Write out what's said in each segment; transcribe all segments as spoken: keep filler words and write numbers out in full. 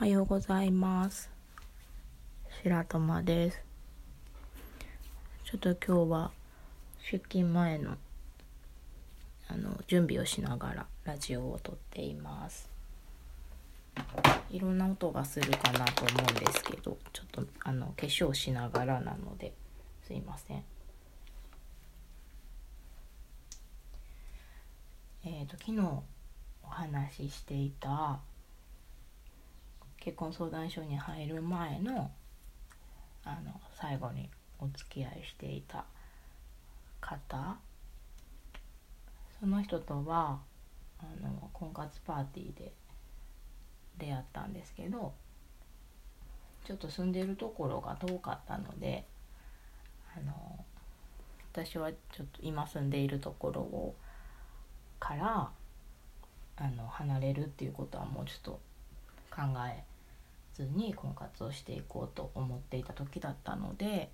ようございます。白玉です。ちょっと今日は出勤前のあの準備をしながらラジオを撮っています。いろんな音がするかなと思うんですけど、ちょっとあの化粧しながらなのですいません。えーと昨日お話ししていた結婚相談所に入る前のあの最後にお付き合いしていた方、その人とはあの婚活パーティーで出会ったんですけど、ちょっと住んでるところが遠かったので、あの私はちょっと今住んでいるところをからあの離れるっていうことはもうちょっと考えずに婚活をしていこうと思っていた時だったので、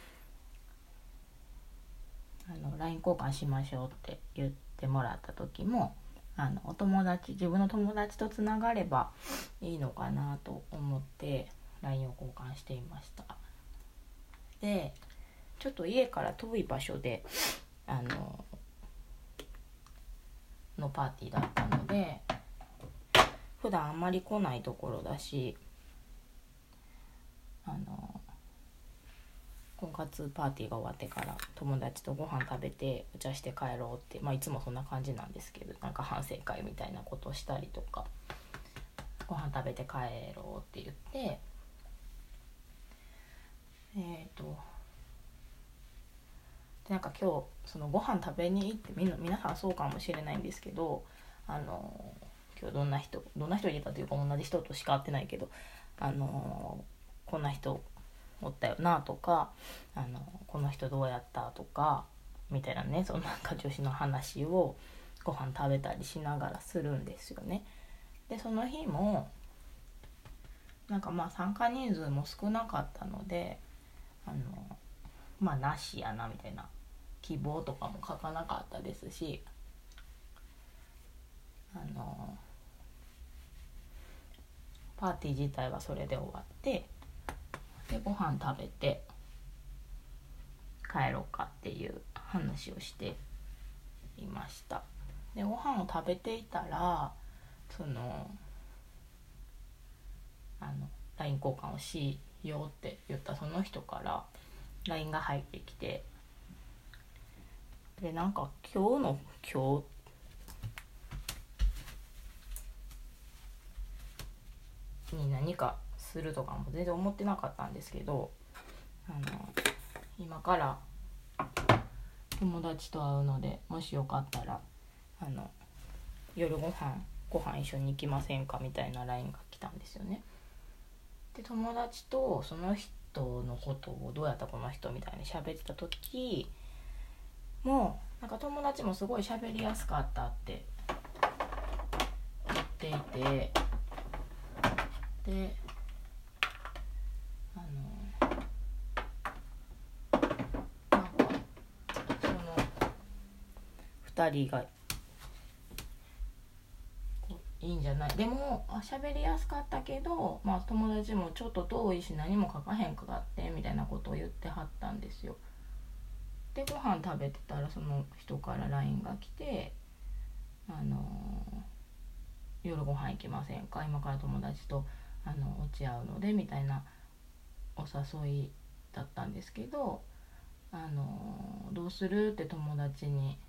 あの ライン 交換しましょうって言ってもらった時も、あのお友達自分の友達とつながればいいのかなと思って ライン を交換していました。でちょっと家から遠い場所であののパーティーだったので、普段あんまり来ないところだし、あの婚活パーティーが終わってから友達とご飯食べてお茶して帰ろうって、まあいつもそんな感じなんですけど、なんか反省会みたいなことをしたりとか、ご飯食べて帰ろうって言ってえっ、ー、とでなんか今日そのご飯食べに行って、みんな皆さんそうかもしれないんですけど、あの今日どんな人どんな人いたというか、同じ人としか会ってないけど、あのこんな人おったよなとか、あのこの人どうやったとかみたいなね、そんな女子の話をご飯食べたりしながらするんですよね。でその日もなんかまあ参加人数も少なかったので、あのまあなしやなみたいな、希望とかも書かなかったですし、あのパーティー自体はそれで終わって、でご飯食べて帰ろうかっていう話をしていました。でご飯を食べていたら、そのあの ライン 交換をしようって言ったその人から ライン が入ってきて、でなんか今日の今日に何かするとかも全然思ってなかったんですけど、あの今から友達と会うので、もしよかったらあの夜ご飯ご飯一緒に行きませんかみたいな ライン が来たんですよね。で友達とその人のことをどうやったこの人みたいに喋ってた時も、なんか友達もすごい喋りやすかったって言っていて、であのなんかそのふたりがいいんじゃない、でもあ喋りやすかったけど、まあ友達もちょっと遠いし何も書かへんかってみたいなことを言ってはったんですよ。でご飯食べてたらその人から ライン が来て、あのー、夜ご飯行きませんか、今から友達とあの落ち合うのでみたいなお誘いだったんですけど、あのー、どうするって友達に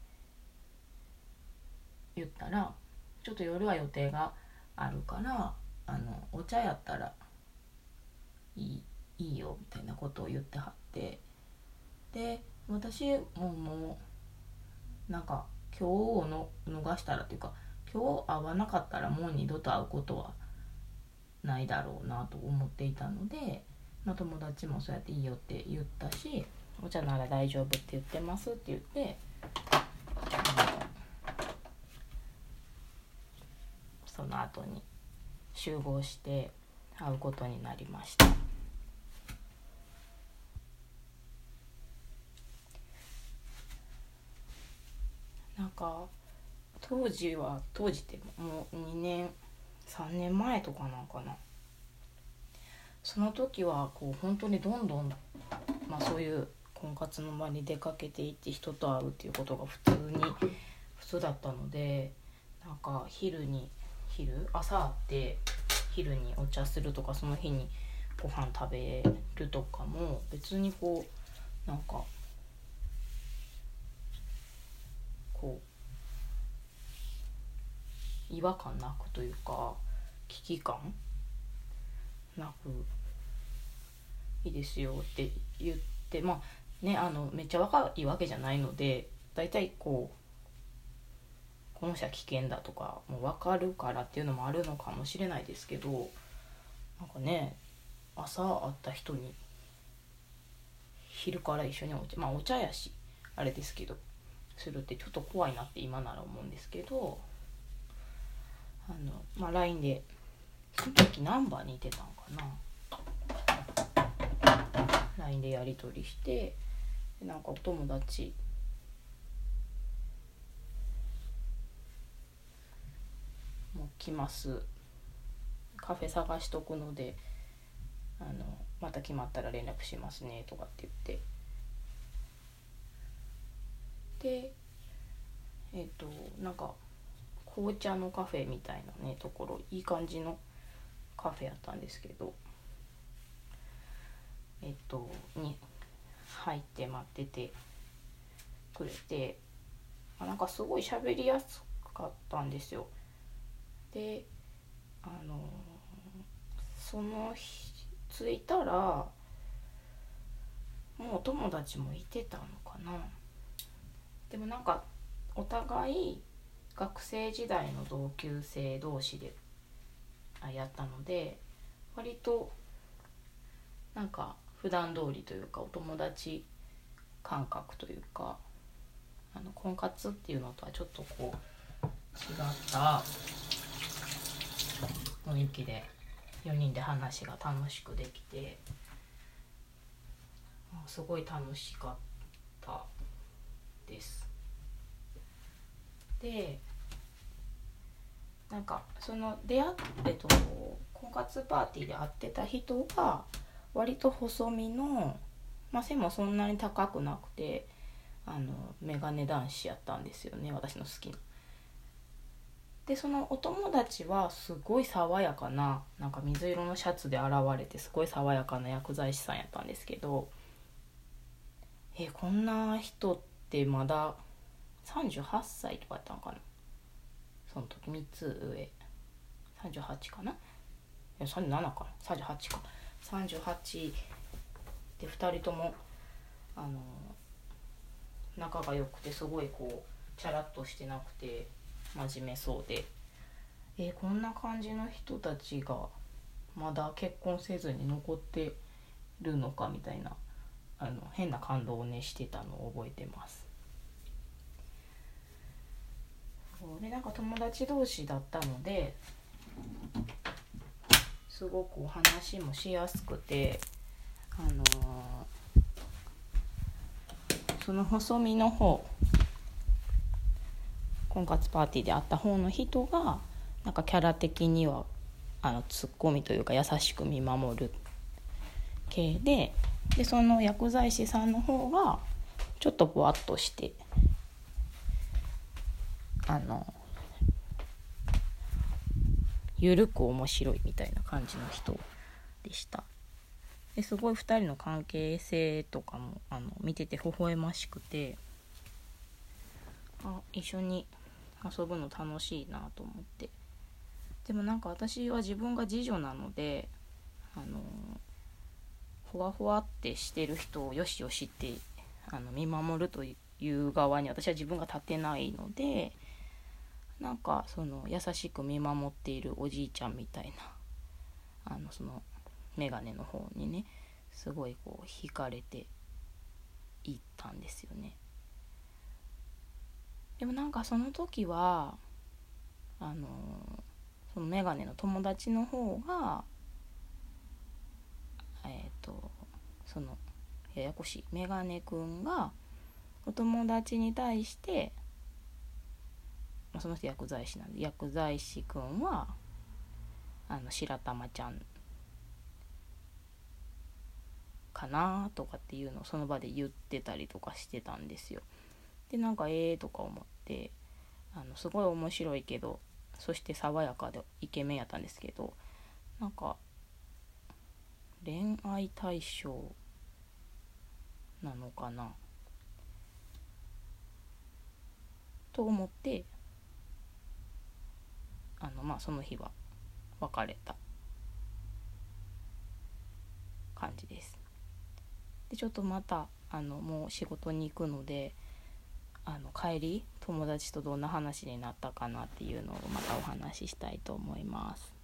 言ったら、ちょっと夜は予定があるからあのお茶やったらいい、いいよみたいなことを言ってはって、で私ももうなんか今日をの逃したらというか、今日会わなかったらもう二度と会うことはないだろうなと思っていたので、まあ、友達もそうやっていいよって言ったし、お茶なら大丈夫って言ってますって言って、その後に集合して会うことになりました。なんか当時は当時ってもうにねんさんねんまえとかなんかな、 その時はこう本当にどんどん、まあ、そういう婚活の場に出かけていって人と会うっていうことが普通に普通だったので、なんか昼に昼朝会って昼にお茶するとか、その日にご飯食べるとかも別にこうなんかこう違和感なくというか危機感なくいいですよって言って、まあね、あのめっちゃ若いわけじゃないので、だいたいこうこの人は危険だとかもう分かるからっていうのもあるのかもしれないですけど、なんかね、朝会った人に昼から一緒にお茶、まあお茶やしあれですけどするってちょっと怖いなって今なら思うんですけど、あの、まあ、ライン でその時ナンバーにいてたんかな、ライン でやり取りして、なんかお友達もう来ます、カフェ探しとくのであのまた決まったら連絡しますねとかって言って、でえっ、ー、となんか紅茶のカフェみたいなねところ、いい感じのカフェやったんですけど、えっ、ー、とに入って待っててくれて、なんかすごい喋りやすかったんですよ。であのその日着いたらもうお友達もいてたのかな。でもなんかお互い学生時代の同級生同士でやったので、割となんか普段通りというかお友達感覚というか、あの婚活っていうのとはちょっとこう違った雰囲気でよにんで話が楽しくできて、すごい楽しかったです。でなんかその出会ってと婚活パーティーで会ってた人が割と細身の、まあ、背もそんなに高くなくて、あのメガネ男子やったんですよね、私の好きな。でそのお友達はすごい爽やかな、なんか水色のシャツで現れてすごい爽やかな薬剤師さんやったんですけど、えこんな人ってまださんじゅうはっさいとかやったのかな、その時みっつ上、さんじゅうはちかな、いやさんじゅうななかな、さんじゅうはちか、さんじゅうはちでふたりともあの仲が良くて、すごいこうチャラッとしてなくて真面目そうで、えー、こんな感じの人たちがまだ結婚せずに残ってるのかみたいな、あの変な感動をねしてたのを覚えてます。でなんか友達同士だったのですごくお話もしやすくて、あのー、その細身の方、婚活パーティーで会った方の人がなんかキャラ的にはあのツッコミというか優しく見守る系で、でその薬剤師さんの方がちょっとぼわっとしてあのゆるく面白いみたいな感じの人でした。ですごいふたりの関係性とかもあの見てて微笑ましくて、あ一緒に遊ぶの楽しいなと思って。でもなんか私は自分が次女なので、あのふわふわってしてる人をよしよしってあの見守るという側に私は自分が立てないので、なんかその優しく見守っているおじいちゃんみたいな、あのそのメガネの方にねすごいこう惹かれていったんですよね。でもなんかその時はあのそのメガネの友達の方がえっ、ー、とそのややこしいメガネくんがお友達に対してその人薬剤師なんで、薬剤師くんはあの白玉ちゃんかなとかっていうのをその場で言ってたりとかしてたんですよ。でなんかええーとか思って、あのすごい面白いけど、そして爽やかでイケメンやったんですけど、なんか恋愛対象なのかなと思って、あのまあその日は別れた感じです。でちょっとまたあのもう仕事に行くので、あの帰り友達とどんな話になったかなっていうのをまたお話ししたいと思います。